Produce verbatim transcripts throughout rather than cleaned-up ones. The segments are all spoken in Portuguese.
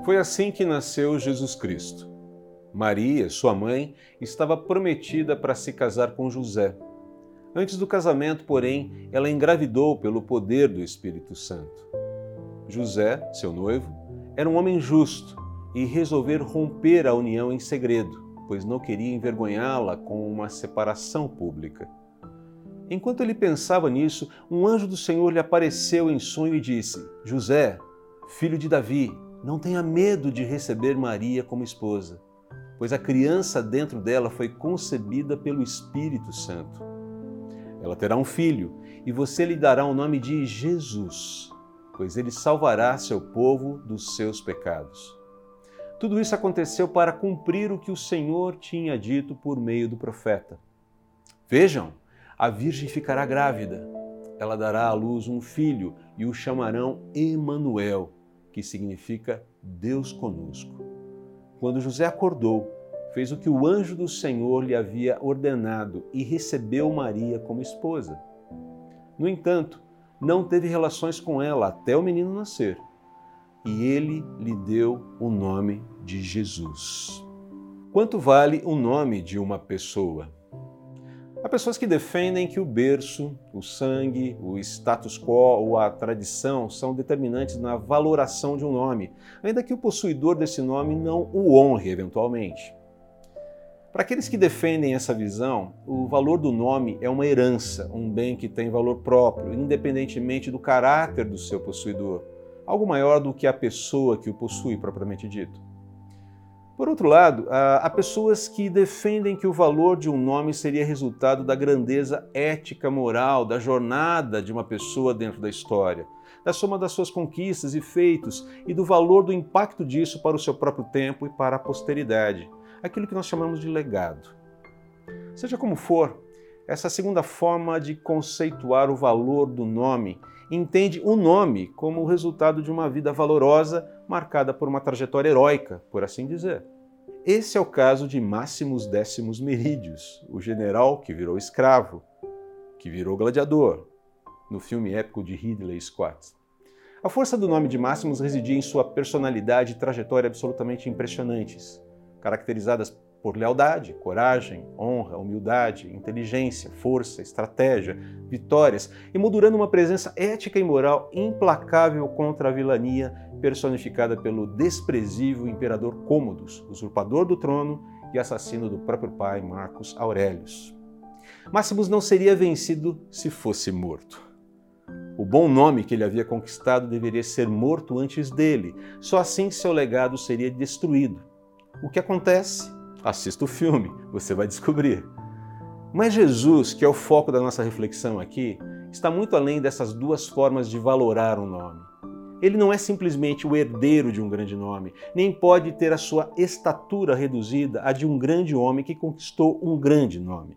Foi assim que nasceu Jesus Cristo. Maria, sua mãe, estava prometida para se casar com José. Antes do casamento, porém, ela engravidou pelo poder do Espírito Santo. José, seu noivo, era um homem justo e resolveu romper a união em segredo, pois não queria envergonhá-la com uma separação pública. Enquanto ele pensava nisso, um anjo do Senhor lhe apareceu em sonho e disse: José, filho de Davi, não tenha medo de receber Maria como esposa, pois a criança dentro dela foi concebida pelo Espírito Santo. Ela terá um filho e você lhe dará o nome de Jesus, pois ele salvará seu povo dos seus pecados. Tudo isso aconteceu para cumprir o que o Senhor tinha dito por meio do profeta. Vejam, a virgem ficará grávida. Ela dará à luz um filho e o chamarão Emanuel, que significa Deus conosco. Quando José acordou, fez o que o anjo do Senhor lhe havia ordenado e recebeu Maria como esposa. No entanto, não teve relações com ela até o menino nascer, e ele lhe deu o nome de Jesus. Quanto vale o nome de uma pessoa? Há pessoas que defendem que o berço, o sangue, o status quo ou a tradição são determinantes na valoração de um nome, ainda que o possuidor desse nome não o honre eventualmente. Para aqueles que defendem essa visão, o valor do nome é uma herança, um bem que tem valor próprio, independentemente do caráter do seu possuidor, algo maior do que a pessoa que o possui propriamente dito. Por outro lado, há pessoas que defendem que o valor de um nome seria resultado da grandeza ética, moral, da jornada de uma pessoa dentro da história, da soma das suas conquistas e feitos e do valor do impacto disso para o seu próprio tempo e para a posteridade, aquilo que nós chamamos de legado. Seja como for, essa segunda forma de conceituar o valor do nome entende o nome como o resultado de uma vida valorosa marcada por uma trajetória heróica, por assim dizer. Esse é o caso de Máximos Décimos Merídios, o general que virou escravo, que virou gladiador, no filme épico de Ridley Scott. A força do nome de Máximos residia em sua personalidade e trajetória absolutamente impressionantes, caracterizadas por lealdade, coragem, honra, humildade, inteligência, força, estratégia, vitórias, emoldurando uma presença ética e moral implacável contra a vilania personificada pelo desprezível imperador Cômodos, usurpador do trono e assassino do próprio pai, Marcos Aurelius. Máximos não seria vencido se fosse morto. O bom nome que ele havia conquistado deveria ser morto antes dele, só assim seu legado seria destruído. O que acontece? Assista o filme, você vai descobrir. Mas Jesus, que é o foco da nossa reflexão aqui, está muito além dessas duas formas de valorar um nome. Ele não é simplesmente o herdeiro de um grande nome, nem pode ter a sua estatura reduzida à de um grande homem que conquistou um grande nome.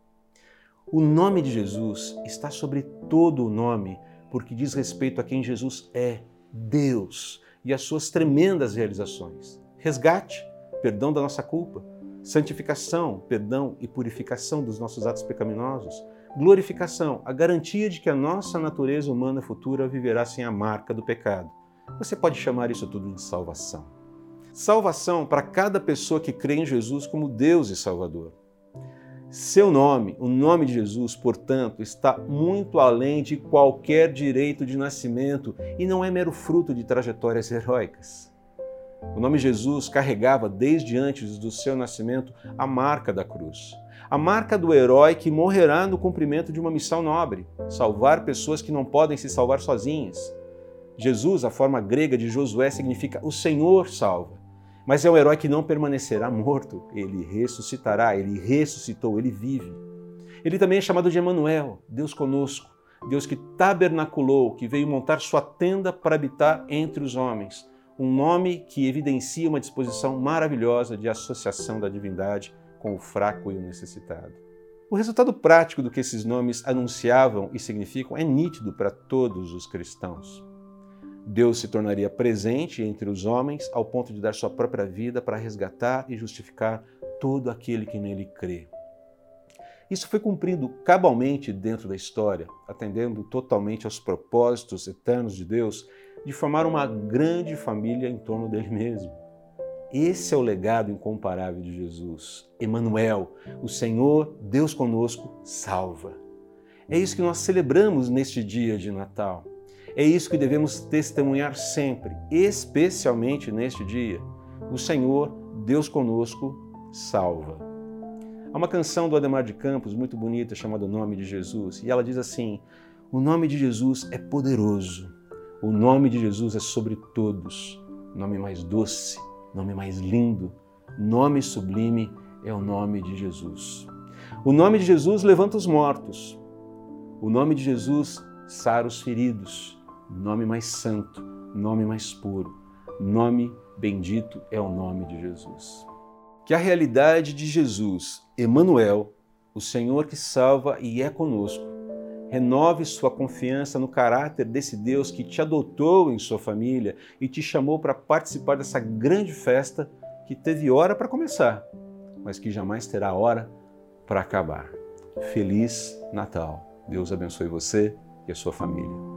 O nome de Jesus está sobre todo o nome, porque diz respeito a quem Jesus é, Deus, e as suas tremendas realizações. Resgate, perdão da nossa culpa, santificação, perdão e purificação dos nossos atos pecaminosos, glorificação, a garantia de que a nossa natureza humana futura viverá sem a marca do pecado. Você pode chamar isso tudo de salvação. Salvação para cada pessoa que crê em Jesus como Deus e Salvador. Seu nome, o nome de Jesus, portanto, está muito além de qualquer direito de nascimento e não é mero fruto de trajetórias heróicas. O nome Jesus carregava, desde antes do seu nascimento, a marca da cruz. A marca do herói que morrerá no cumprimento de uma missão nobre, salvar pessoas que não podem se salvar sozinhas. Jesus, a forma grega de Josué, significa o Senhor salva. Mas é um herói que não permanecerá morto, ele ressuscitará, ele ressuscitou, ele vive. Ele também é chamado de Emanuel, Deus conosco, Deus que tabernaculou, que veio montar sua tenda para habitar entre os homens. Um nome que evidencia uma disposição maravilhosa de associação da divindade com o fraco e o necessitado. O resultado prático do que esses nomes anunciavam e significam é nítido para todos os cristãos. Deus se tornaria presente entre os homens ao ponto de dar sua própria vida para resgatar e justificar todo aquele que nele crê. Isso foi cumprido cabalmente dentro da história, atendendo totalmente aos propósitos eternos de Deus, de formar uma grande família em torno dele mesmo. Esse é o legado incomparável de Jesus. Emanuel, o Senhor, Deus conosco, salva. É isso que nós celebramos neste dia de Natal. É isso que devemos testemunhar sempre, especialmente neste dia. O Senhor, Deus conosco, salva. Há uma canção do Ademar de Campos muito bonita chamada O Nome de Jesus, e ela diz assim: o nome de Jesus é poderoso, o nome de Jesus é sobre todos, nome mais doce, nome mais lindo, nome sublime é o nome de Jesus. O nome de Jesus levanta os mortos, o nome de Jesus sara os feridos, nome mais santo, nome mais puro, nome bendito é o nome de Jesus. Que a realidade de Jesus, Emanuel, o Senhor que salva e é conosco, renove sua confiança no caráter desse Deus que te adotou em sua família e te chamou para participar dessa grande festa que teve hora para começar, mas que jamais terá hora para acabar. Feliz Natal! Deus abençoe você e a sua família.